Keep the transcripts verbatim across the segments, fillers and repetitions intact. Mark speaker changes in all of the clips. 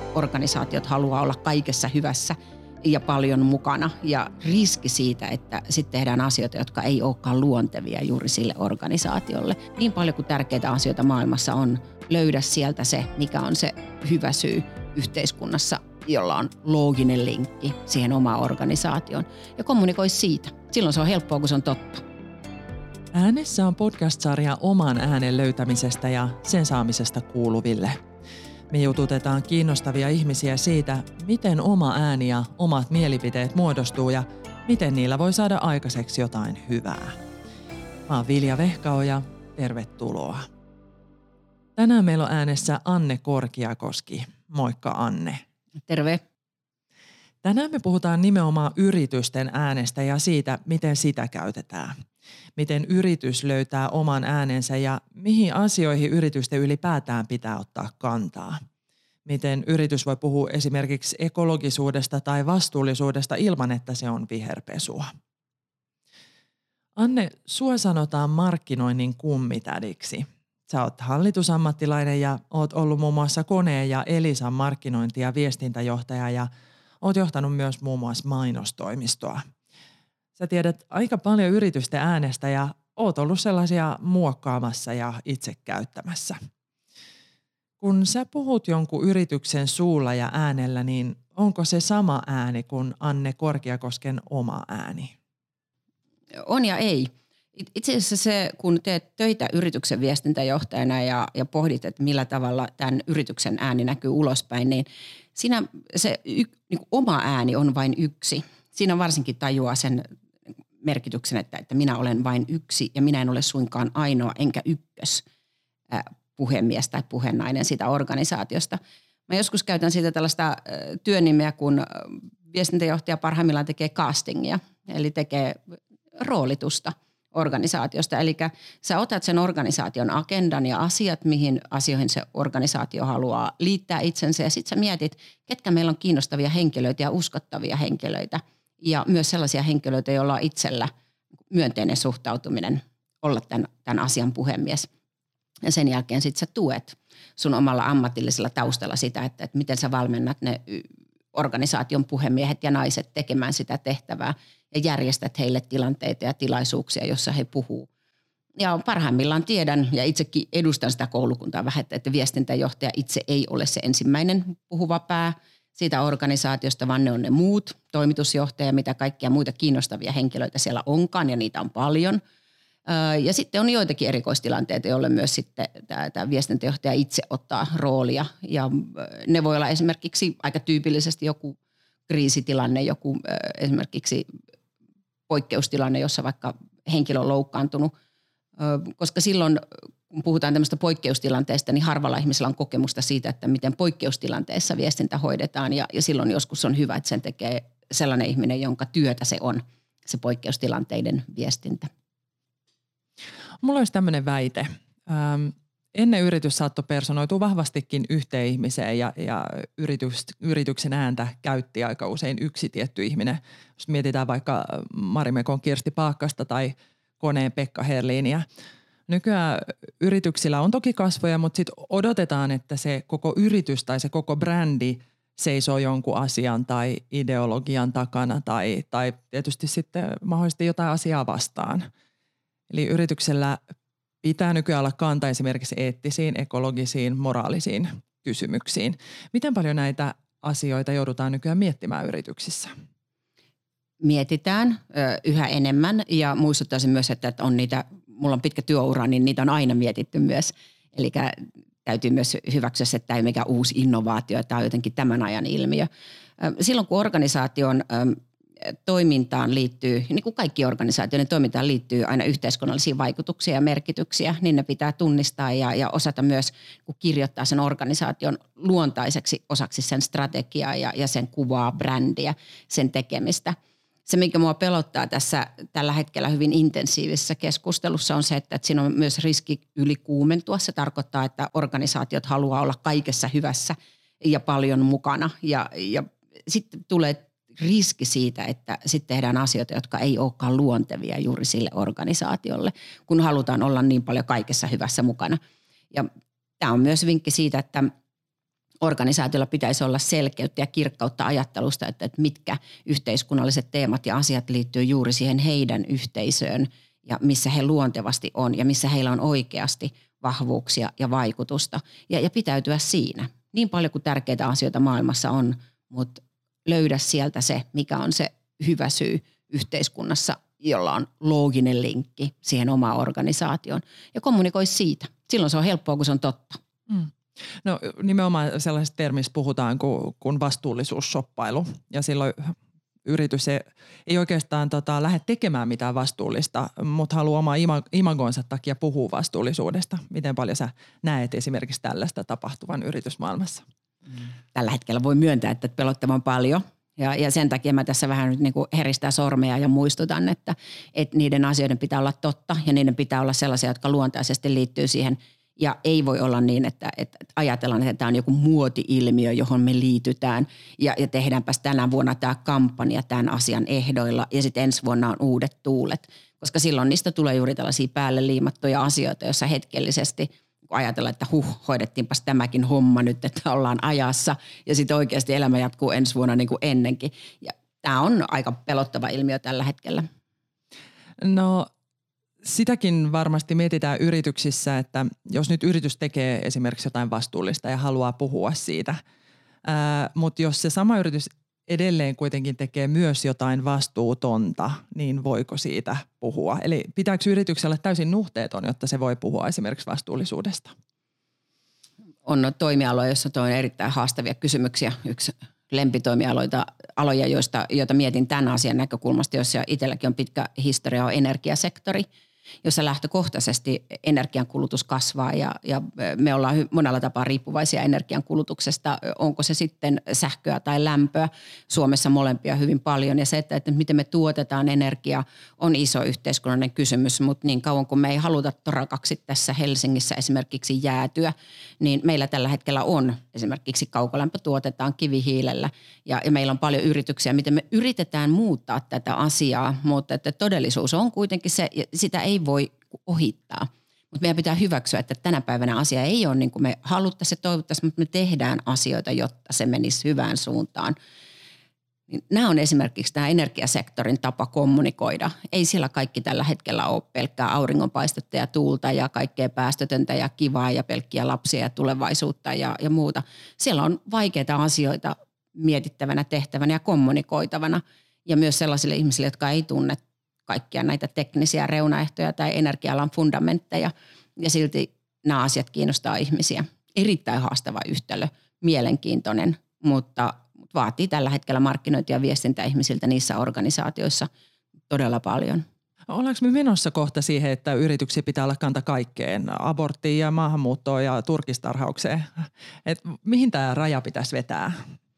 Speaker 1: organisaatiot haluaa olla kaikessa hyvässä ja paljon mukana. Ja riski siitä, että sitten tehdään asioita, jotka ei olekaan luontevia juuri sille organisaatiolle. Niin paljon kuin tärkeitä asioita maailmassa on, löydä sieltä se, mikä on se hyvä syy yhteiskunnassa, jolla on looginen linkki siihen omaan organisaatioon. Ja kommunikoi siitä. Silloin se on helppoa, kun se on totta.
Speaker 2: Äänessä on podcast-sarja oman äänen löytämisestä ja sen saamisesta kuuluville. Me jututetaan kiinnostavia ihmisiä siitä, miten oma ääni ja omat mielipiteet muodostuu ja miten niillä voi saada aikaiseksi jotain hyvää. Mä oon Vilja Vehkaoja, tervetuloa. Tänään meillä on äänessä Anne Korkiakoski. Moikka Anne.
Speaker 1: Terve.
Speaker 2: Tänään me puhutaan nimenomaan yritysten äänestä ja siitä, miten sitä käytetään. Miten yritys löytää oman äänensä ja mihin asioihin yritysten ylipäätään pitää ottaa kantaa. Miten yritys voi puhua esimerkiksi ekologisuudesta tai vastuullisuudesta ilman, että se on viherpesua. Anne, sua sanotaan markkinoinnin kummitädiksi. Sä oot hallitusammattilainen ja oot ollut muun muassa Koneen ja Elisan markkinointi- ja viestintäjohtaja ja oot johtanut myös muun muassa mainostoimistoa. Sä tiedät aika paljon yritysten äänestä ja oot ollut sellaisia muokkaamassa ja itse käyttämässä. Kun sä puhut jonkun yrityksen suulla ja äänellä, niin onko se sama ääni kuin Anne Korkiakosken oma ääni?
Speaker 1: On ja ei. Itse asiassa se, kun teet töitä yrityksen viestintäjohtajana ja, ja pohdit, että millä tavalla tämän yrityksen ääni näkyy ulospäin, niin siinä se y, niin kuin oma ääni on vain yksi. Siinä varsinkin tajuaa sen merkityksen, että, että minä olen vain yksi ja minä en ole suinkaan ainoa enkä ykkös äh, puhemies tai puhenainen siitä organisaatiosta. Mä joskus käytän siitä tällaista äh, työnimeä, kun viestintäjohtaja parhaimmillaan tekee castingia, eli tekee roolitusta organisaatiosta. Eli sä otat sen organisaation agendan ja asiat, mihin asioihin se organisaatio haluaa liittää itsensä ja sitten sä mietit, ketkä meillä on kiinnostavia henkilöitä ja uskottavia henkilöitä. Ja myös sellaisia henkilöitä, joilla on itsellä myönteinen suhtautuminen olla tämän, tämän asian puhemies. Ja sen jälkeen sitten sä tuet sun omalla ammatillisella taustalla sitä, että, että miten sä valmennat ne organisaation puhemiehet ja naiset tekemään sitä tehtävää ja järjestät heille tilanteita ja tilaisuuksia, jossa he puhuu. Ja parhaimmillaan tiedän ja itsekin edustan sitä koulukuntaa vähän, että viestintäjohtaja itse ei ole se ensimmäinen puhuva pää siitä organisaatiosta, vaan ne on ne muut, toimitusjohtaja, mitä kaikkia muita kiinnostavia henkilöitä siellä onkaan, ja niitä on paljon. Ja sitten on joitakin erikoistilanteita, joille myös sitten tämä, tämä viestintäjohtaja itse ottaa roolia. Ja ne voi olla esimerkiksi aika tyypillisesti joku kriisitilanne, joku esimerkiksi poikkeustilanne, jossa vaikka henkilö on loukkaantunut, koska silloin kun puhutaan tämmöistä poikkeustilanteesta, niin harvalla ihmisellä on kokemusta siitä, että miten poikkeustilanteessa viestintä hoidetaan. Ja, ja silloin joskus on hyvä, että sen tekee sellainen ihminen, jonka työtä se on, se poikkeustilanteiden viestintä.
Speaker 2: Mulla olisi tämmöinen väite. Ähm, ennen yritys saattoi personoitua vahvastikin yhteen ihmiseen ja, ja yritys, yrityksen ääntä käytti aika usein yksi tietty ihminen. Jos mietitään vaikka Marimekon Kirsti Paakkasta tai Koneen Pekka Herliniä. Nykyään yrityksillä on toki kasvoja, mutta sitten odotetaan, että se koko yritys tai se koko brändi seisoo jonkun asian tai ideologian takana tai, tai tietysti sitten mahdollisesti jotain asiaa vastaan. Eli yrityksellä pitää nykyään olla kanta esimerkiksi eettisiin, ekologisiin, moraalisiin kysymyksiin. Miten paljon näitä asioita joudutaan nykyään miettimään yrityksissä?
Speaker 1: Mietitään ö, yhä enemmän ja muistuttaisin myös, että on niitä, mulla on pitkä työura, niin niitä on aina mietitty myös. Eli täytyy myös hyväksyä, että tämä ei ole mikään uusi innovaatio, tämä on jotenkin tämän ajan ilmiö. Silloin kun organisaation toimintaan liittyy, niin kuin kaikki organisaatioiden toimintaan liittyy aina yhteiskunnallisia vaikutuksia ja merkityksiä, niin ne pitää tunnistaa ja, ja osata myös kirjoittaa sen organisaation luontaiseksi osaksi sen strategiaa ja, ja sen kuvaa, brändiä, sen tekemistä. Se, mikä mua pelottaa tässä tällä hetkellä hyvin intensiivisessä keskustelussa on se, että, että siinä on myös riski ylikuumentua. Se tarkoittaa, että organisaatiot haluaa olla kaikessa hyvässä ja paljon mukana ja, ja sitten tulee riski siitä, että sitten tehdään asioita, jotka ei olekaan luontevia juuri sille organisaatiolle, kun halutaan olla niin paljon kaikessa hyvässä mukana. Ja tämä on myös vinkki siitä, että organisaatiolla pitäisi olla selkeyttä ja kirkkautta ajattelusta, että, että mitkä yhteiskunnalliset teemat ja asiat liittyy juuri siihen heidän yhteisöön ja missä he luontevasti on ja missä heillä on oikeasti vahvuuksia ja vaikutusta ja, ja pitäytyä siinä. Niin paljon kuin tärkeitä asioita maailmassa on, mutta löydä sieltä se, mikä on se hyvä syy yhteiskunnassa, jolla on looginen linkki siihen omaan organisaatioon ja kommunikoi siitä. Silloin se on helppoa, kun se on totta.
Speaker 2: Mm. No nimenomaan sellaisesta termistä puhutaan kuin, kuin vastuullisuusshoppailu ja silloin yritys ei, ei oikeastaan tota, lähde tekemään mitään vastuullista, mutta haluaa omaa ima, imagonsa takia puhua vastuullisuudesta. Miten paljon sä näet esimerkiksi tällaista tapahtuvan yritysmaailmassa?
Speaker 1: Tällä hetkellä voi myöntää, että pelottavan paljon. Ja, ja sen takia mä tässä vähän nyt niin kuin heristää sormeja ja muistutan, että, että niiden asioiden pitää olla totta ja niiden pitää olla sellaisia, jotka luontaisesti liittyy siihen. Ja ei voi olla niin, että, että ajatellaan, että tämä on joku muoti-ilmiö, johon me liitytään ja, ja tehdäänpäs tänä vuonna tämä kampanja tämän asian ehdoilla ja sitten ensi vuonna on uudet tuulet. Koska silloin niistä tulee juuri tällaisia päälle liimattuja asioita, joissa hetkellisesti ajatellaan, että huh, hoidettiinpas tämäkin homma nyt, että ollaan ajassa ja sitten oikeasti elämä jatkuu ensi vuonna niin kuin ennenkin. Ja tämä on aika pelottava ilmiö tällä hetkellä.
Speaker 2: No sitäkin varmasti mietitään yrityksissä, että jos nyt yritys tekee esimerkiksi jotain vastuullista ja haluaa puhua siitä, ää, mutta jos se sama yritys edelleen kuitenkin tekee myös jotain vastuutonta, niin voiko siitä puhua? Eli pitääkö yrityksellä täysin nuhteeton, jotta se voi puhua esimerkiksi vastuullisuudesta?
Speaker 1: On toimialoja, joissa on erittäin haastavia kysymyksiä. Yksi lempitoimialoita, aloja, joista, joita mietin tämän asian näkökulmasta, jossa itselläkin on pitkä historia, on energiasektori, jossa lähtökohtaisesti energiankulutus kasvaa ja, ja me ollaan monella tapaa riippuvaisia energiankulutuksesta. Onko se sitten sähköä tai lämpöä? Suomessa molempia hyvin paljon ja se, että, että miten me tuotetaan energiaa on iso yhteiskunnallinen kysymys, mutta niin kauan kuin me ei haluta torakaksi tässä Helsingissä esimerkiksi jäätyä, niin meillä tällä hetkellä on esimerkiksi kaukolämpö tuotetaan kivihiilellä ja, ja meillä on paljon yrityksiä, miten me yritetään muuttaa tätä asiaa, mutta että todellisuus on kuitenkin se, sitä ei voi ohittaa. Mutta meidän pitää hyväksyä, että tänä päivänä asia ei ole niin kuin me haluttaisiin ja toivottaisiin, mutta me tehdään asioita, jotta se menisi hyvään suuntaan. Nämä on esimerkiksi tämä energiasektorin tapa kommunikoida. Ei siellä kaikki tällä hetkellä ole pelkkää auringonpaistetta ja tuulta ja kaikkea päästötöntä ja kivaa ja pelkkiä lapsia ja tulevaisuutta ja, ja muuta. Siellä on vaikeita asioita mietittävänä, tehtävänä ja kommunikoitavana ja myös sellaisille ihmisille, jotka ei tunne kaikkia näitä teknisiä reunaehtoja tai energia-alan fundamentteja ja silti nämä asiat kiinnostaa ihmisiä. Erittäin haastava yhtälö, mielenkiintoinen, mutta vaatii tällä hetkellä markkinointia ja viestintää ihmisiltä niissä organisaatioissa todella paljon.
Speaker 2: Ollaanko me menossa kohta siihen, että yrityksiä pitää olla kanta kaikkeen, aborttiin ja maahanmuuttoon ja turkistarhaukseen? Et mihin tämä raja pitäisi vetää?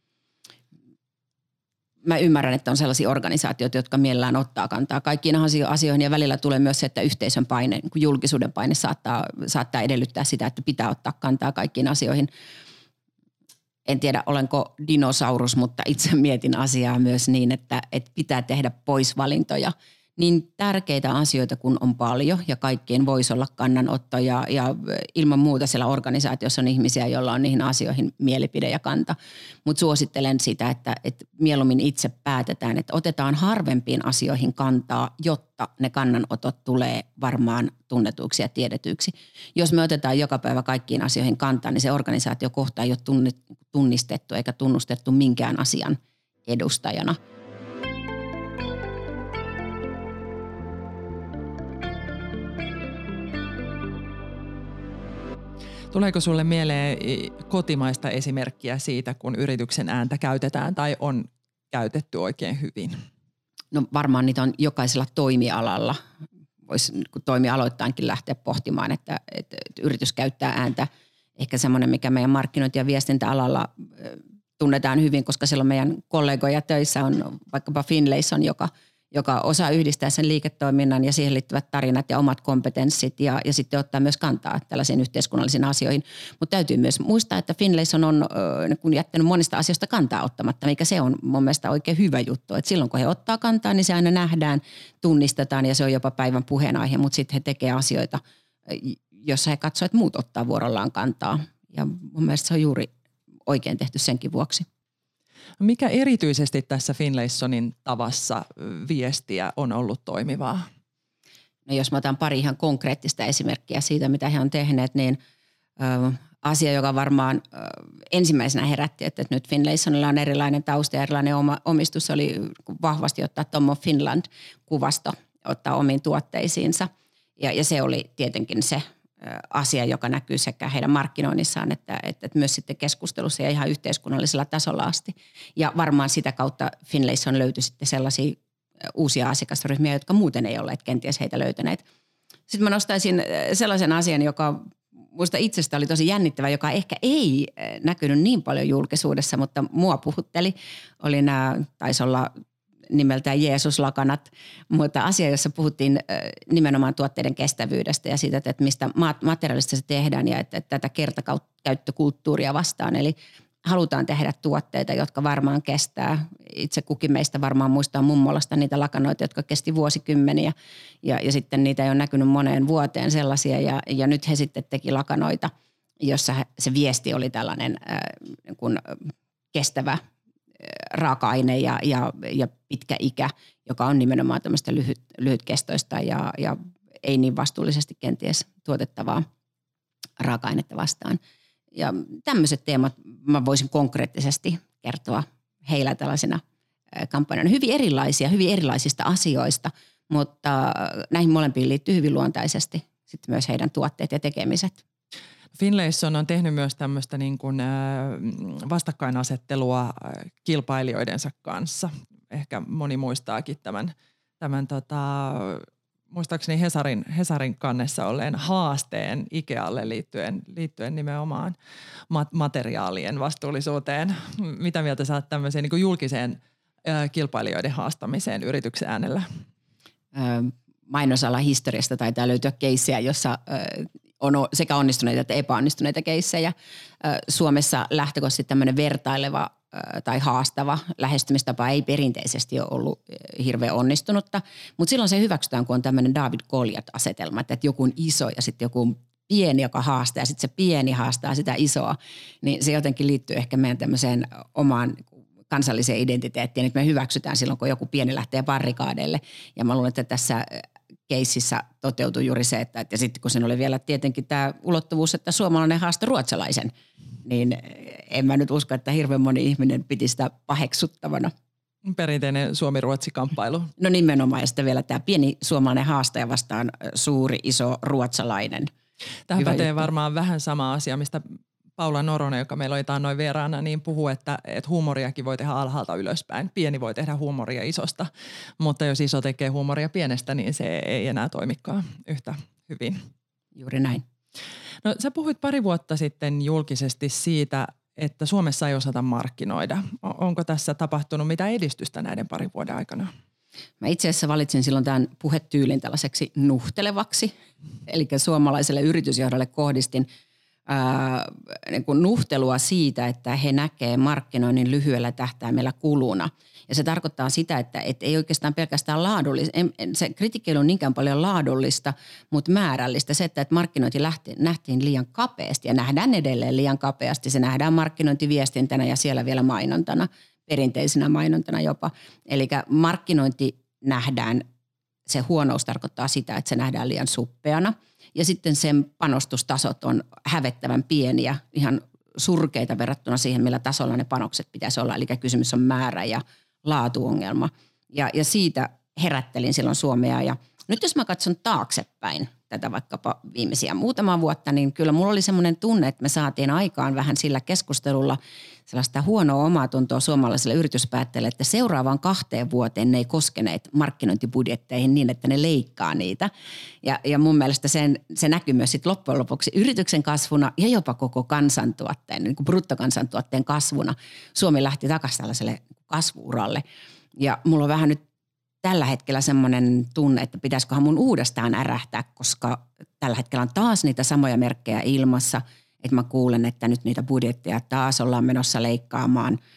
Speaker 1: Mä ymmärrän, että on sellaisia organisaatioita, jotka mielellään ottaa kantaa kaikkiin asioihin ja välillä tulee myös se, että yhteisön paine, julkisuuden paine saattaa, saattaa edellyttää sitä, että pitää ottaa kantaa kaikkiin asioihin. En tiedä, olenko dinosaurus, mutta itse mietin asiaa myös niin, että, että pitää tehdä poisvalintoja. Niin tärkeitä asioita kun on paljon ja kaikkien voisi olla kannanotto ja, ja ilman muuta siellä organisaatiossa on ihmisiä, joilla on niihin asioihin mielipide ja kanta. Mutta suosittelen sitä, että, että mieluummin itse päätetään, että otetaan harvempiin asioihin kantaa, jotta ne kannanotot tulee varmaan tunnetuiksi ja tiedetyiksi. Jos me otetaan joka päivä kaikkiin asioihin kantaa, niin se organisaatio kohta ei ole tunnistettu eikä tunnustettu minkään asian edustajana.
Speaker 2: Tuleeko sulle mieleen kotimaista esimerkkiä siitä, kun yrityksen ääntä käytetään tai on käytetty oikein hyvin?
Speaker 1: No varmaan niitä on jokaisella toimialalla. Voisi toimialoittaankin lähteä pohtimaan, että, että yritys käyttää ääntä. Ehkä semmoinen, mikä meidän markkinointi- ja viestintäalalla tunnetaan hyvin, koska siellä on meidän kollegoja töissä on vaikkapa Finlayson, joka joka osaa yhdistää sen liiketoiminnan ja siihen liittyvät tarinat ja omat kompetenssit ja, ja sitten ottaa myös kantaa tällaisiin yhteiskunnallisiin asioihin. Mutta täytyy myös muistaa, että Finlayson on kun jättänyt monista asioista kantaa ottamatta, mikä se on mun mielestä oikein hyvä juttu. Et silloin kun he ottaa kantaa, niin se aina nähdään, tunnistetaan ja se on jopa päivän puheenaihe, mutta sitten he tekevät asioita, jossa he katsovat, että muut ottaa vuorollaan kantaa. Ja mun mielestä se on juuri oikein tehty senkin vuoksi.
Speaker 2: Mikä erityisesti tässä Finlaysonin tavassa viestiä on ollut toimivaa?
Speaker 1: No jos mä otan pari ihan konkreettista esimerkkiä siitä, mitä he on tehneet, niin ö, asia, joka varmaan ö, ensimmäisenä herätti, että nyt Finlaysonilla on erilainen tausta ja erilainen oma, omistus, oli vahvasti ottaa Tom of Finland-kuvasto, ottaa omiin tuotteisiinsa. Ja, ja se oli tietenkin se ö, asia, joka näkyy sekä heidän markkinoinnissaan että, että myös sitten keskustelussa ja ihan yhteiskunnallisella tasolla asti. Ja varmaan sitä kautta Finlayson löytyi sitten sellaisia uusia asiakasryhmiä, jotka muuten ei olleet kenties heitä löytäneet. Sitten mä nostaisin sellaisen asian, joka muista itsestä oli tosi jännittävä, joka ehkä ei näkynyt niin paljon julkisuudessa, mutta mua puhutteli. Oli nämä, taisi olla nimeltään Jeesus-lakanat, mutta asia, jossa puhuttiin nimenomaan tuotteiden kestävyydestä ja siitä, että mistä materiaalista se tehdään ja että tätä kertakäyttökulttuuria vastaan. Eli halutaan tehdä tuotteita, jotka varmaan kestää. Itse kukin meistä varmaan muistaa mummolasta niitä lakanoita, jotka kesti vuosikymmeniä. Ja, ja sitten niitä ei ole näkynyt moneen vuoteen sellaisia. Ja, ja nyt he sitten teki lakanoita, jossa se viesti oli tällainen äh, kun kestävä äh, raaka-aine ja, ja, ja pitkä ikä, joka on nimenomaan tämmöistä lyhyt, lyhytkestoista ja, ja ei niin vastuullisesti kenties tuotettavaa raaka-ainetta vastaan. Ja tämmöiset teemat mä voisin konkreettisesti kertoa heillä tällaisena kampanjana. Hyvin erilaisia, hyvin erilaisista asioista, mutta näihin molempiin liittyy hyvin luontaisesti sitten myös heidän tuotteet ja tekemiset.
Speaker 2: Finlayson on tehnyt myös tämmöistä niin kuin vastakkainasettelua kilpailijoidensa kanssa. Ehkä moni muistaakin tämän, tämän tota, muistaakseni Hesarin, Hesarin kannessa olleen haasteen Ikealle liittyen, liittyen nimenomaan materiaalien vastuullisuuteen. Mitä mieltä sä oot tämmöiseen niin kuin julkiseen ää, kilpailijoiden haastamiseen yrityksen äänellä?
Speaker 1: Mainosala historiasta taitaa löytyä keissejä, jossa on sekä onnistuneita että epäonnistuneita keissejä. Suomessa lähtökohtaisesti tämmöinen vertaileva tai haastava lähestymistapa ei perinteisesti ole ollut hirveän onnistunutta, mutta silloin se hyväksytään, kun on tämmöinen David Goliat-asetelma, että joku on iso ja sitten joku on pieni, joka haastaa ja sitten se pieni haastaa sitä isoa, niin se jotenkin liittyy ehkä meidän tämmöiseen omaan kansalliseen identiteettiin, että me hyväksytään silloin, kun joku pieni lähtee barrikaadeille. Ja mä luulen, että tässä keississä toteutui juuri se, että ja sitten kun siinä oli vielä tietenkin tämä ulottuvuus, että suomalainen haastoi ruotsalaisen, niin en mä nyt usko, että hirveän moni ihminen piti sitä paheksuttavana.
Speaker 2: Perinteinen Suomi-Ruotsi-kamppailu.
Speaker 1: No nimenomaan, ja sitten vielä tämä pieni suomalainen haastaja vastaan suuri, iso ruotsalainen.
Speaker 2: Tähän pätee varmaan vähän sama asia, mistä Paula Noronen, joka meillä oli noin vieraana, niin puhuu, että, että huumoriakin voi tehdä alhaalta ylöspäin. Pieni voi tehdä huumoria isosta, mutta jos iso tekee huumoria pienestä, niin se ei enää toimikaan yhtä hyvin.
Speaker 1: Juuri näin.
Speaker 2: No sä puhuit pari vuotta sitten julkisesti siitä, että Suomessa ei osata markkinoida. Onko tässä tapahtunut mitä edistystä näiden parin vuoden aikana?
Speaker 1: Mä itse asiassa valitsin silloin tämän puhetyylin tällaiseksi nuhtelevaksi, eli suomalaiselle yritysjohdolle kohdistin ää, niin kuin nuhtelua siitä, että he näkee markkinoinnin lyhyellä tähtäimellä kuluna. Ja se tarkoittaa sitä, että et ei oikeastaan pelkästään laadullista, se kritiikki ei ole niinkään paljon laadullista, mutta määrällistä. Se, että markkinointi lähti, nähtiin liian kapeasti ja nähdään edelleen liian kapeasti. Se nähdään markkinointiviestintänä ja siellä vielä mainontana, perinteisenä mainontana jopa. Eli markkinointi nähdään, se huonous tarkoittaa sitä, että se nähdään liian suppeana. Ja sitten sen panostustasot on hävettävän pieniä, ihan surkeita verrattuna siihen, millä tasolla ne panokset pitäisi olla. Eli kysymys on määrä- ja laatuongelma. Ja, ja siitä herättelin silloin Suomea. Ja nyt jos mä katson taaksepäin tätä vaikkapa viimeisiä muutamaa vuotta, niin kyllä mulla oli semmoinen tunne, että me saatiin aikaan vähän sillä keskustelulla sellaista huonoa omatuntoa suomalaisille yrityspäättäjille, että seuraavaan kahteen vuoteen ne ei koskeneet markkinointibudjetteihin niin, että ne leikkaa niitä. Ja, ja mun mielestä sen, se näkyy myös sit loppujen lopuksi yrityksen kasvuna ja jopa koko kansantuotteen, niin kuin bruttokansantuotteen kasvuna. Suomi lähti takaisin tällaiselle kasvu-uralle. Ja mulla on vähän nyt tällä hetkellä semmoinen tunne, että pitäisiköhän mun uudestaan ärähtää, koska tällä hetkellä on taas niitä samoja merkkejä ilmassa, että mä kuulen, että nyt niitä budjetteja taas ollaan menossa leikkaamaan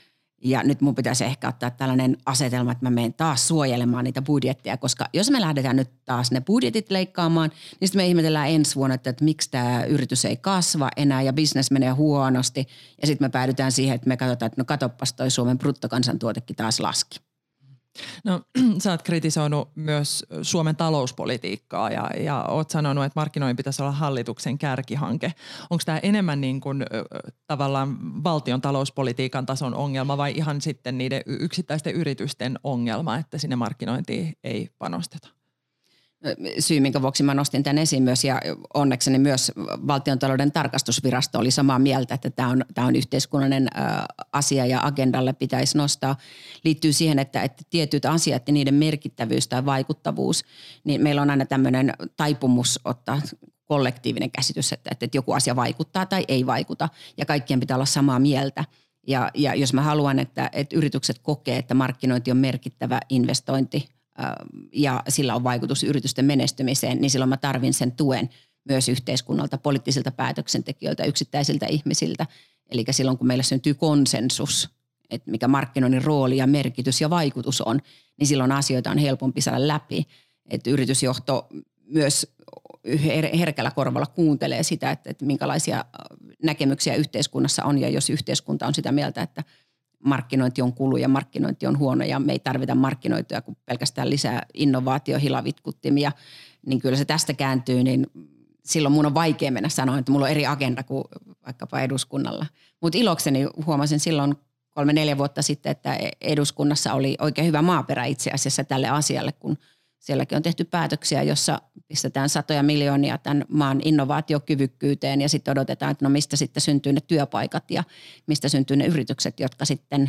Speaker 1: Ja nyt mun pitäisi ehkä ottaa tällainen asetelma, että mä menen taas suojelemaan niitä budjetteja, koska jos me lähdetään nyt taas ne budjetit leikkaamaan, niin sitten me ihmetellään ensi vuonna, että, että miksi tämä yritys ei kasva enää ja business menee huonosti. Ja sitten me päädytään siihen, että me katsotaan, että no katoppas toi Suomen bruttokansantuotekin taas laski.
Speaker 2: No sä oot kritisoinut myös Suomen talouspolitiikkaa ja, ja oot sanonut, että markkinoinnin pitäisi olla hallituksen kärkihanke. Onko tämä enemmän niin kuin, tavallaan valtion talouspolitiikan tason ongelma vai ihan sitten niiden yksittäisten yritysten ongelma, että sinne markkinointiin ei panosteta?
Speaker 1: Syy, minkä vuoksi mä nostin tämän esiin myös ja onnekseni myös Valtiontalouden tarkastusvirasto oli samaa mieltä, että tämä on, tämä on yhteiskunnallinen asia ja agendalle pitäisi nostaa, liittyy siihen, että, että tietyt asiat ja niiden merkittävyys tai vaikuttavuus, niin meillä on aina tämmöinen taipumus ottaa kollektiivinen käsitys, että, että joku asia vaikuttaa tai ei vaikuta ja kaikkien pitää olla samaa mieltä. Ja, ja jos mä haluan, että, että yritykset kokee, että markkinointi on merkittävä investointi, ja sillä on vaikutus yritysten menestymiseen, niin silloin mä tarvin sen tuen myös yhteiskunnalta, poliittisilta päätöksentekijöiltä, yksittäisiltä ihmisiltä. Eli silloin kun meillä syntyy konsensus, että mikä markkinoinnin rooli ja merkitys ja vaikutus on, niin silloin asioita on helpompi saada läpi. Että yritysjohto myös herkällä korvalla kuuntelee sitä, että, että minkälaisia näkemyksiä yhteiskunnassa on ja jos yhteiskunta on sitä mieltä, että markkinointi on kulu ja markkinointi on huono ja me ei tarvita markkinointia kuin pelkästään lisää innovaatiohilavitkuttimia, niin kyllä se tästä kääntyy, niin silloin mun on vaikea mennä sanoa, että mulla on eri agenda kuin vaikkapa eduskunnalla. Mutta ilokseni huomasin silloin kolme neljä vuotta sitten, että eduskunnassa oli oikein hyvä maaperä itse asiassa tälle asialle, kun sielläkin on tehty päätöksiä, jossa pistetään satoja miljoonia tämän maan innovaatiokyvykkyyteen ja sitten odotetaan, että no mistä sitten syntyy ne työpaikat ja mistä syntyy ne yritykset, jotka sitten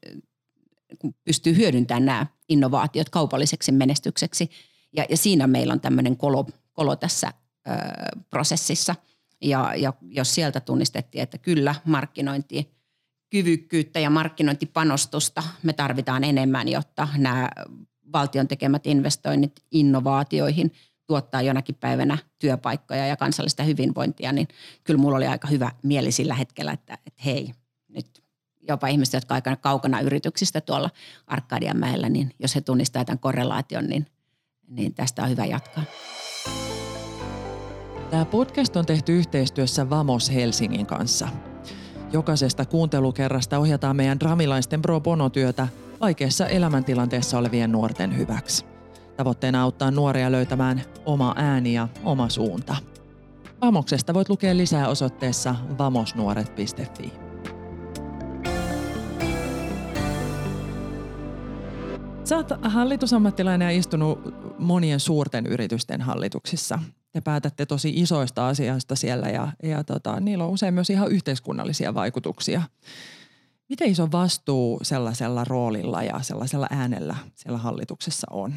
Speaker 1: pystyy hyödyntämään nämä innovaatiot kaupalliseksi menestykseksi. Ja, ja siinä meillä on tämmöinen kolo, kolo tässä ö, prosessissa. Ja, ja jos sieltä tunnistettiin, että kyllä markkinointikyvykkyyttä ja markkinointipanostusta me tarvitaan enemmän, jotta nämä valtion tekemät investoinnit innovaatioihin tuottaa jonakin päivänä työpaikkoja ja kansallista hyvinvointia, niin kyllä mulla oli aika hyvä mieli sillä hetkellä, että, että hei, nyt jopa ihmiset, jotka ovat aika kaukana yrityksistä tuolla Arkadianmäellä, niin jos he tunnistavat tämän korrelaation, niin, niin tästä on hyvä jatkaa.
Speaker 2: Tämä podcast on tehty yhteistyössä Vamos Helsingin kanssa. Jokaisesta kuuntelukerrasta ohjataan meidän dramilaisten pro bono-työtä vaikeassa elämäntilanteessa olevien nuorten hyväksi. Tavoitteena auttaa nuoria löytämään oma ääni ja oma suunta. Vamoksesta voit lukea lisää osoitteessa vamosnuoret piste fi. Sä oot hallitusammattilainen ja istunut monien suurten yritysten hallituksissa. Te päätätte tosi isoista asioista siellä ja, ja tota, niillä on usein myös ihan yhteiskunnallisia vaikutuksia. Miten iso vastuu sellaisella roolilla ja sellaisella äänellä siellä hallituksessa on?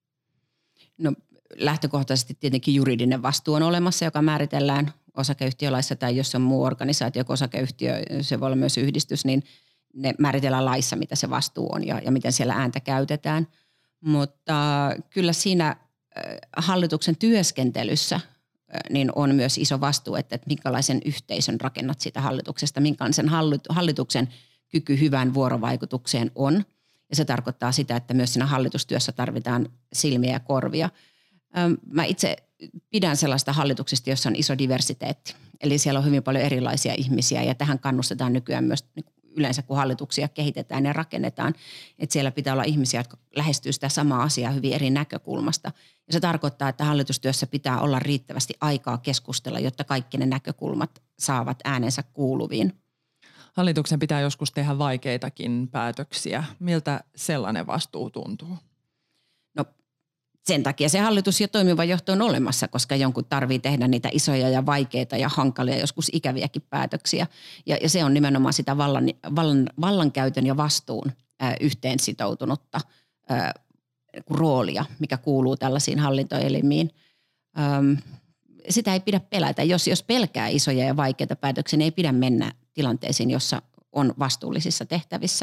Speaker 1: No lähtökohtaisesti tietenkin juridinen vastuu on olemassa, joka määritellään osakeyhtiölaissa tai jos on muu organisaatio kuin osakeyhtiö, se voi olla myös yhdistys, niin ne määritellään laissa, mitä se vastuu on ja, ja miten siellä ääntä käytetään. Mutta äh, kyllä siinä äh, hallituksen työskentelyssä niin on myös iso vastuu, että, että minkälaisen yhteisön rakennat siitä hallituksesta, minkälaisen hallituksen kyky hyvään vuorovaikutukseen on. Ja se tarkoittaa sitä, että myös siinä hallitustyössä tarvitaan silmiä ja korvia. Mä itse pidän sellaista hallituksesta, jossa on iso diversiteetti. Eli siellä on hyvin paljon erilaisia ihmisiä ja tähän kannustetaan nykyään myös yleensä, kun hallituksia kehitetään ja rakennetaan. Että siellä pitää olla ihmisiä, jotka lähestyy sitä samaa asiaa hyvin eri näkökulmasta. Ja se tarkoittaa, että hallitustyössä pitää olla riittävästi aikaa keskustella, jotta kaikki ne näkökulmat saavat äänensä kuuluviin.
Speaker 2: Hallituksen pitää joskus tehdä vaikeitakin päätöksiä. Miltä sellainen vastuu tuntuu?
Speaker 1: No sen takia se hallitus ja toimiva johto on olemassa, koska jonkun tarvii tehdä niitä isoja ja vaikeita ja hankalia, joskus ikäviäkin päätöksiä. Ja, ja se on nimenomaan sitä vallan, vallan, vallankäytön ja vastuun ää, yhteen sitoutunutta ää, roolia, mikä kuuluu tällaisiin hallintoelimiin. Äm, sitä ei pidä pelätä. Jos, jos pelkää isoja ja vaikeita päätöksiä, niin ei pidä mennä tilanteisiin, jossa on vastuullisissa tehtävissä.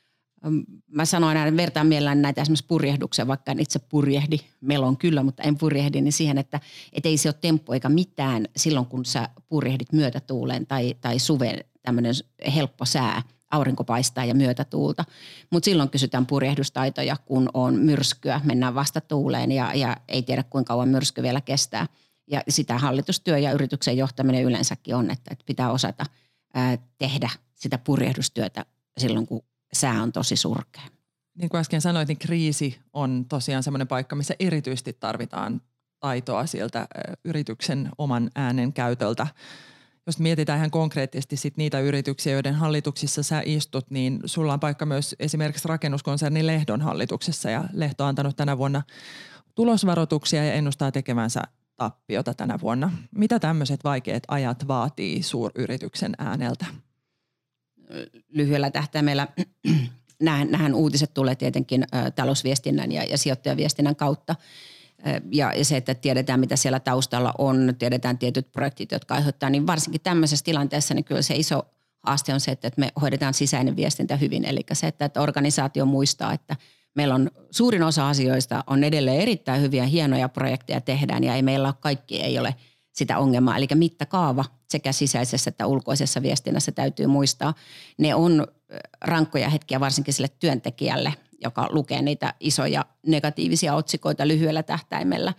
Speaker 1: Mä sanoin aina, vertaan mielellään näitä esimerkiksi purjehduksia, vaikka en itse purjehdi, melon kyllä, mutta en purjehdi, niin siihen, että et ei se ole temppu eikä mitään silloin, kun sä purjehdit myötätuuleen tai, tai suven tämmöinen helppo sää aurinko paistaa ja myötätuulta. Mutta silloin kysytään purjehdustaitoja, kun on myrskyä, mennään vastatuuleen ja, ja ei tiedä kuinka kauan myrsky vielä kestää. Ja sitä hallitustyö ja yrityksen johtaminen yleensäkin on, että, että pitää osata ää, tehdä sitä purjehdustyötä silloin, kun sää on tosi surkea.
Speaker 2: Niin kuin äsken sanoit, niin kriisi on tosiaan semmoinen paikka, missä erityisesti tarvitaan taitoa sieltä yrityksen oman äänen käytöltä. Jos mietitään ihan konkreettisesti sit niitä yrityksiä, joiden hallituksissa sä istut, niin sulla on paikka myös esimerkiksi rakennuskonsernin Lehdon hallituksessa ja Lehto on antanut tänä vuonna tulosvaroituksia ja ennustaa tekevänsä tappiota tänä vuonna. Mitä tämmöiset vaikeat ajat vaatii suuryrityksen ääneltä?
Speaker 1: Lyhyellä tähtäimellä nämähän uutiset tulee tietenkin ä, talousviestinnän ja, ja sijoittajaviestinnän kautta. Ja, ja se, että tiedetään, mitä siellä taustalla on, tiedetään tietyt projektit, jotka aiheuttaa, niin varsinkin tämmöisessä tilanteessa niin kyllä se iso haaste on se, että me hoidetaan sisäinen viestintä hyvin. Eli se, että, että organisaatio muistaa, että meillä on suurin osa asioista on edelleen erittäin hyviä, hienoja projekteja tehdään ja ei meillä ole kaikki, ei ole sitä ongelmaa. Eli mittakaava sekä sisäisessä että ulkoisessa viestinnässä täytyy muistaa. Ne on rankkoja hetkiä varsinkin sille työntekijälle, joka lukee niitä isoja negatiivisia otsikoita lyhyellä tähtäimellä.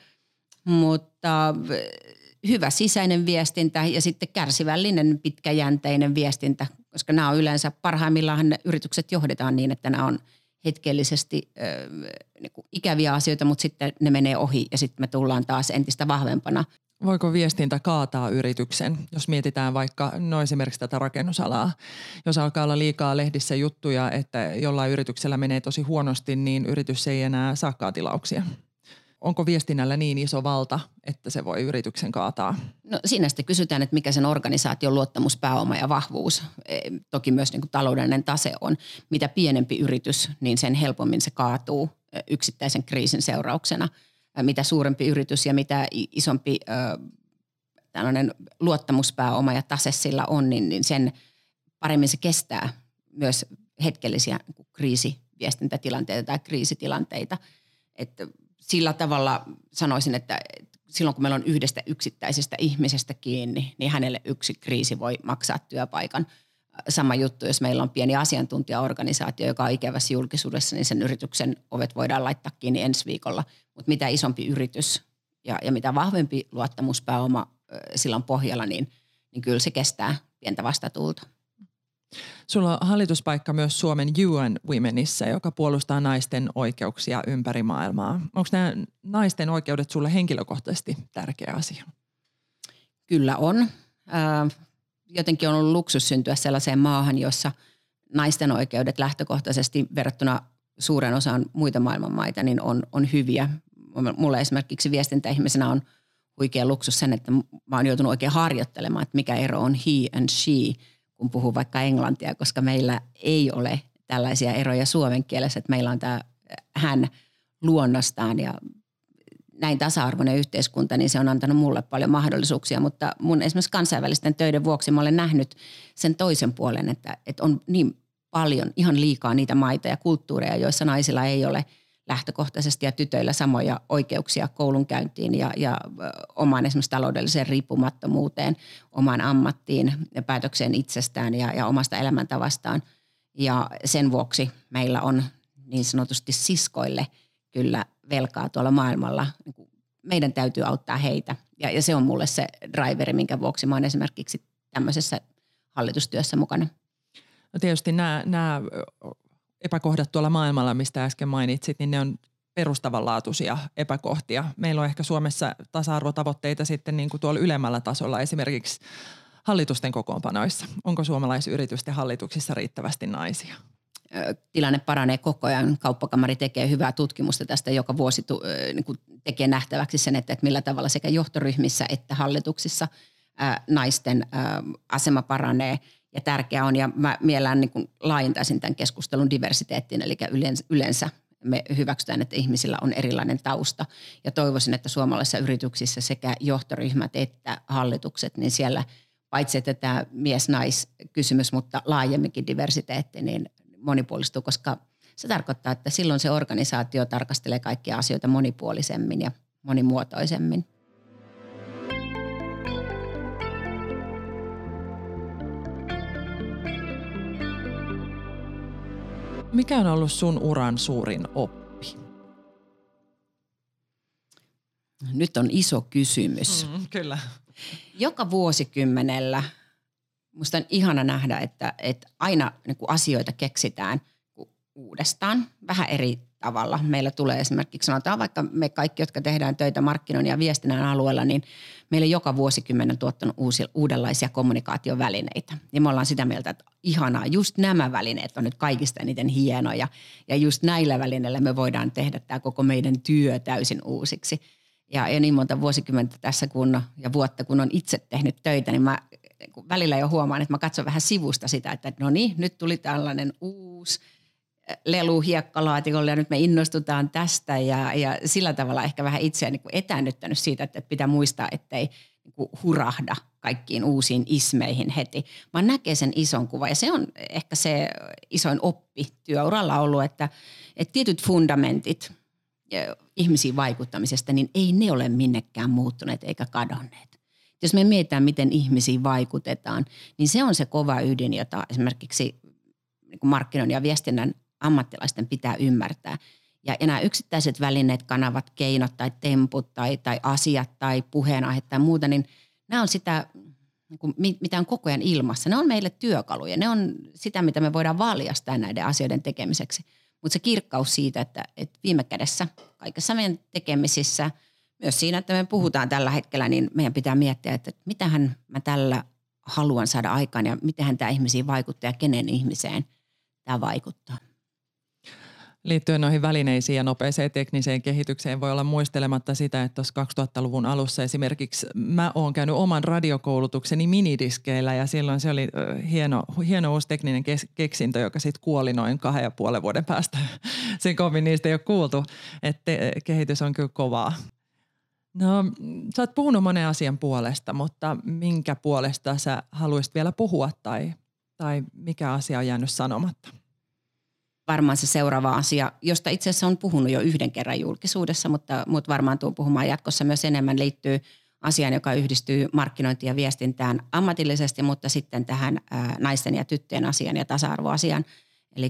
Speaker 1: Mutta hyvä sisäinen viestintä ja sitten kärsivällinen pitkäjänteinen viestintä, koska nämä on yleensä parhaimmillaan ne yritykset johdetaan niin, että nämä on hetkellisesti äh, niin kuin ikäviä asioita, mutta sitten ne menee ohi ja sitten me tullaan taas entistä vahvempana.
Speaker 2: Voiko viestintä kaataa yrityksen, jos mietitään vaikka no esimerkiksi tätä rakennusalaa? Jos alkaa olla liikaa lehdissä juttuja, että jollain yrityksellä menee tosi huonosti, niin yritys ei enää saakaan tilauksia. Onko viestinnällä niin iso valta, että se voi yrityksen kaataa?
Speaker 1: No siinä sitten kysytään, että mikä sen organisaation luottamuspääoma ja vahvuus, toki myös niin kuin taloudellinen tase on. Mitä pienempi yritys, niin sen helpommin se kaatuu yksittäisen kriisin seurauksena. Mitä suurempi yritys ja mitä isompi äh, tällainen luottamuspääoma ja tase sillä on, niin, niin sen paremmin se kestää myös hetkellisiä niin kriisiviestintätilanteita tai kriisitilanteita. Että sillä tavalla sanoisin, että silloin kun meillä on yhdestä yksittäisestä ihmisestä kiinni, niin hänelle yksi kriisi voi maksaa työpaikan. Sama juttu, jos meillä on pieni asiantuntijaorganisaatio, joka on ikävässä julkisuudessa, niin sen yrityksen ovet voidaan laittaa kiinni ensi viikolla. Mutta mitä isompi yritys ja, ja mitä vahvempi luottamuspääoma sillä on pohjalla, niin, niin kyllä se kestää pientä vastatuulta.
Speaker 2: Sulla on hallituspaikka myös Suomen U N Womenissä, joka puolustaa naisten oikeuksia ympäri maailmaa. Onko nämä naisten oikeudet sulle henkilökohtaisesti tärkeä asia?
Speaker 1: Kyllä on. Äh, jotenkin on ollut luksus syntyä sellaiseen maahan, jossa naisten oikeudet lähtökohtaisesti verrattuna suuren osaan muita maailman maita niin on, on hyviä. Mulle esimerkiksi viestintäihmisenä on huikea luksus sen, että mä oon joutunut oikein harjoittelemaan, että mikä ero on he and she, kun puhuu vaikka englantia, koska meillä ei ole tällaisia eroja suomen kielessä, että meillä on tämä hän luonnostaan ja näin tasa-arvoinen yhteiskunta, niin se on antanut mulle paljon mahdollisuuksia, mutta mun esimerkiksi kansainvälisten töiden vuoksi mä olen nähnyt sen toisen puolen, että, että on niin paljon, ihan liikaa niitä maita ja kulttuureja, joissa naisilla ei ole lähtökohtaisesti ja tytöillä samoja oikeuksia koulunkäyntiin ja, ja omaan esimerkiksi taloudelliseen riippumattomuuteen, omaan ammattiin ja päätökseen itsestään ja, ja omasta elämäntavastaan. Ja sen vuoksi meillä on niin sanotusti siskoille kyllä velkaa tuolla maailmalla. Meidän täytyy auttaa heitä ja, ja se on mulle se driveri, minkä vuoksi mä oon esimerkiksi tämmöisessä hallitustyössä mukana.
Speaker 2: No tietysti nämä, nämä epäkohdat tuolla maailmalla, mistä äsken mainitsit, niin ne on perustavanlaatuisia epäkohtia. Meillä on ehkä Suomessa tasa-arvotavoitteita sitten niin kuin tuolla ylemmällä tasolla, esimerkiksi hallitusten kokoonpanoissa. Onko suomalaisyritysten hallituksissa riittävästi naisia?
Speaker 1: Tilanne paranee koko ajan. Kauppakamari tekee hyvää tutkimusta tästä joka vuosi tu, niin kuin tekee nähtäväksi sen, että, että millä tavalla sekä johtoryhmissä että hallituksissa ää, naisten ää, asema paranee. Ja tärkeää on, ja mä mielellään niin kuin laajentaisin tämän keskustelun diversiteettiin, eli yleensä me hyväksytään, että ihmisillä on erilainen tausta. Ja toivoisin, että suomalaisissa yrityksissä sekä johtoryhmät että hallitukset, niin siellä paitsi että tämä mies-nais-kysymys, mutta laajemminkin diversiteetti, niin monipuolistuu, koska se tarkoittaa, että silloin se organisaatio tarkastelee kaikkia asioita monipuolisemmin ja monimuotoisemmin.
Speaker 2: Mikä on ollut sun uran suurin oppi?
Speaker 1: Nyt on iso kysymys.
Speaker 2: Mm, kyllä.
Speaker 1: Joka vuosikymmenellä musta on ihana nähdä, että, että aina niin kuin asioita keksitään uudestaan vähän eri tavalla. Meillä tulee esimerkiksi, sanotaan vaikka me kaikki, jotka tehdään töitä markkinoinnin ja viestinnän alueella, niin meillä joka vuosikymmenen tuottanut uusia, uudenlaisia kommunikaatiovälineitä. Ja me ollaan sitä mieltä, että ihanaa, just nämä välineet on nyt kaikista eniten hienoja. Ja just näillä välineillä me voidaan tehdä tämä koko meidän työ täysin uusiksi. Ja, ja niin monta vuosikymmentä tässä kun, ja vuotta, kun on itse tehnyt töitä, niin mä välillä jo huomaan, että mä katson vähän sivusta sitä, että no niin, nyt tuli tällainen uusi lelu hiekkalaatikolle ja nyt me innostutaan tästä ja, ja sillä tavalla ehkä vähän itseään niin kuin etäännyttänyt siitä, että pitää muistaa, ettei niin kuin hurahda kaikkiin uusiin ismeihin heti, vaan näkee sen ison kuvan. Ja se on ehkä se isoin oppi työuralla ollut, että, että tietyt fundamentit ihmisiin vaikuttamisesta, niin ei ne ole minnekään muuttuneet eikä kadonneet. Jos me mietitään, miten ihmisiin vaikutetaan, niin se on se kova ydin, jota esimerkiksi niin kuin markkinoinnin ja viestinnän ammattilaisten pitää ymmärtää. Ja, ja nämä yksittäiset välineet, kanavat, keinot tai temput tai, tai asiat tai puheenaiheet tai muuta, niin nämä on sitä, niin kuin, mitä on koko ajan ilmassa. Ne on meille työkaluja. Ne on sitä, mitä me voidaan valjastaa näiden asioiden tekemiseksi. Mutta se kirkkaus siitä, että, että viime kädessä kaikessa meidän tekemisissä, myös siinä, että me puhutaan tällä hetkellä, niin meidän pitää miettiä, että mitähän mä tällä haluan saada aikaan ja mitenhän tämä ihmisiin vaikuttaa ja kenen ihmiseen tämä vaikuttaa.
Speaker 2: Liittyen noihin välineisiin ja nopeeseen tekniseen kehitykseen voi olla muistelematta sitä, että tuossa kaksituhattaluvun alussa esimerkiksi mä oon käynyt oman radiokoulutukseni minidiskeillä ja silloin se oli hieno, hieno uusi tekninen keksintö, joka sitten kuoli noin kahden ja puolen vuoden päästä. Sen kovin niistä ei ole kuultu, että kehitys on kyllä kovaa. No, sä oot puhunut monen asian puolesta, mutta minkä puolesta sä haluaisit vielä puhua tai, tai mikä asia on jäänyt sanomatta?
Speaker 1: Varmaan se seuraava asia, josta itse asiassa on puhunut jo yhden kerran julkisuudessa, mutta, mutta varmaan tuun puhumaan jatkossa myös enemmän, liittyy asiaan, joka yhdistyy markkinointiin ja viestintään ammatillisesti, mutta sitten tähän ää, naisten ja tyttöjen asian ja tasa-arvoasian. Eli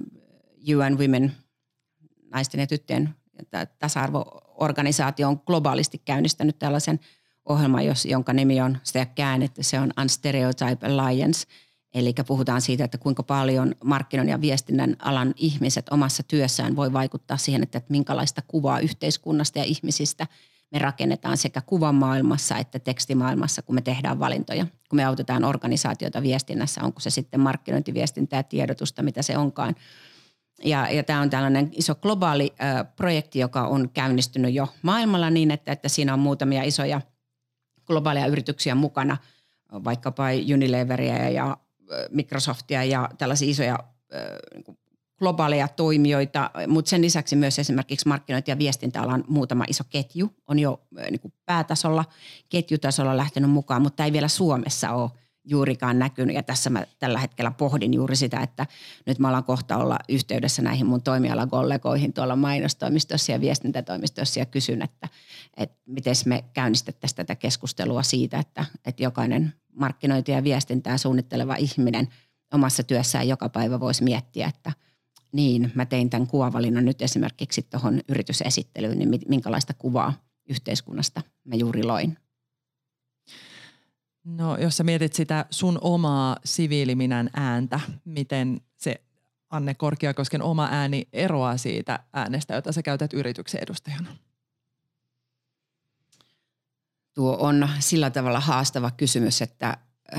Speaker 1: U N Women, naisten ja tyttöjen tasa-arvoorganisaatio on globaalisti käynnistänyt tällaisen ohjelman, jonka nimi on, sitä käännetty, se on Unstereotype Alliance. Eli puhutaan siitä, että kuinka paljon markkinoinnin ja viestinnän alan ihmiset omassa työssään voi vaikuttaa siihen, että minkälaista kuvaa yhteiskunnasta ja ihmisistä me rakennetaan sekä kuvamaailmassa että tekstimaailmassa, kun me tehdään valintoja. Kun me autetaan organisaatioita viestinnässä, onko se sitten markkinointiviestintää, tiedotusta, mitä se onkaan. Ja, ja tämä on tällainen iso globaali ö, projekti, joka on käynnistynyt jo maailmalla niin, että, että siinä on muutamia isoja globaaleja yrityksiä mukana, vaikkapa Unileveria ja Microsoftia ja tällaisia isoja äh, globaaleja toimijoita, mutta sen lisäksi myös esimerkiksi markkinointi- ja viestintäalan muutama iso ketju on jo äh, niin kuin päätasolla, ketjutasolla lähtenyt mukaan, mutta ei vielä Suomessa ole juurikaan näkynyt. Ja tässä mä tällä hetkellä pohdin juuri sitä, että nyt mä ollaan kohta olla yhteydessä näihin mun toimialakollegoihin tuolla mainostoimistossa ja viestintätoimistossa ja kysyn, että, että miten me käynnistettäisiin tätä keskustelua siitä, että, että jokainen markkinointi- ja viestintää suunnitteleva ihminen omassa työssään joka päivä voisi miettiä, että niin, mä tein tämän kuvavalinnan nyt esimerkiksi tuohon yritysesittelyyn, niin minkälaista kuvaa yhteiskunnasta mä juuri loin.
Speaker 2: No jos sä mietit sitä sun omaa siviiliminän ääntä, miten se Anne Korkiakosken oma ääni eroaa siitä äänestä, jota sä käytät yrityksen edustajana?
Speaker 1: Tuo on sillä tavalla haastava kysymys, että,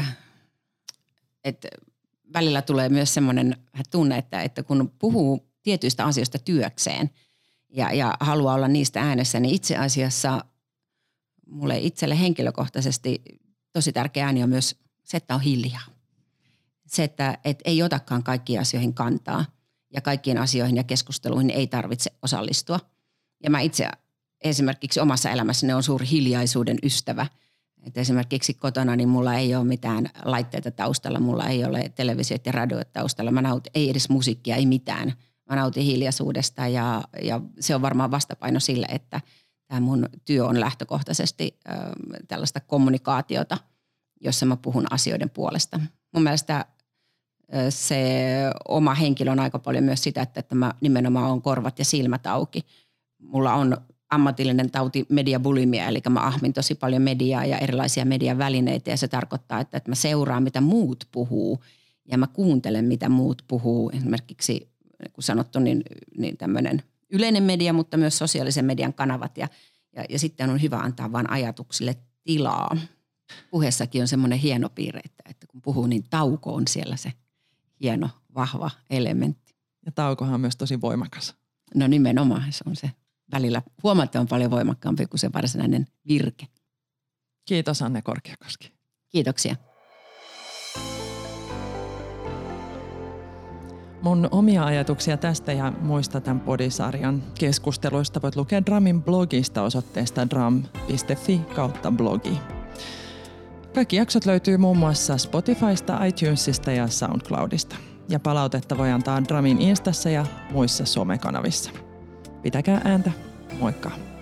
Speaker 1: että välillä tulee myös semmoinen tunne, että, että kun puhuu tietyistä asioista työkseen ja, ja haluaa olla niistä äänessä, niin itse asiassa mulle itselle henkilökohtaisesti tosi tärkeä ääni on myös se, että on hiljaa. Se, että et ei otakaan kaikkiin asioihin kantaa ja kaikkiin asioihin ja keskusteluihin ei tarvitse osallistua. Ja mä itse esimerkiksi omassa elämässäni on suuri hiljaisuuden ystävä. Et esimerkiksi kotona niin mulla ei ole mitään laitteita taustalla, mulla ei ole televisioita ja radioita taustalla. Mä nautin, ei edes musiikkia, ei mitään. Mä nautin hiljaisuudesta ja, ja se on varmaan vastapaino sille, että tämä mun työ on lähtökohtaisesti äh, tällaista kommunikaatiota, jossa mä puhun asioiden puolesta. Mun mielestä se oma henkilö on aika paljon myös sitä, että, että mä nimenomaan on korvat ja silmät auki. Mulla on ammatillinen tauti mediabulimia, eli mä ahmin tosi paljon mediaa ja erilaisia median välineitä ja se tarkoittaa, että, että mä seuraan, mitä muut puhuu ja mä kuuntelen, mitä muut puhuu. Esimerkiksi, kun sanottu, niin, niin tämmöinen yleinen media, mutta myös sosiaalisen median kanavat ja, ja, ja sitten on hyvä antaa vaan ajatuksille tilaa. Puheessakin on semmoinen hieno piirre, että, että kun puhuu, niin tauko on siellä se hieno, vahva elementti.
Speaker 2: Ja taukohan on myös tosi voimakas.
Speaker 1: No nimenomaan, se on se välillä huomattavan paljon voimakkaampi kuin se varsinainen virke.
Speaker 2: Kiitos Anne Korkeakoski.
Speaker 1: Kiitoksia.
Speaker 2: Mun omia ajatuksia tästä ja muista tämän podisarjan keskusteluista voit lukea Dramin blogista osoitteesta dram piste fi kautta blogi. Kaikki jaksot löytyy muun muassa Spotifysta, iTunesista ja SoundCloudista. Ja palautetta voi antaa Dramin Instassa ja muissa somekanavissa. Pitäkää ääntä. Moikka!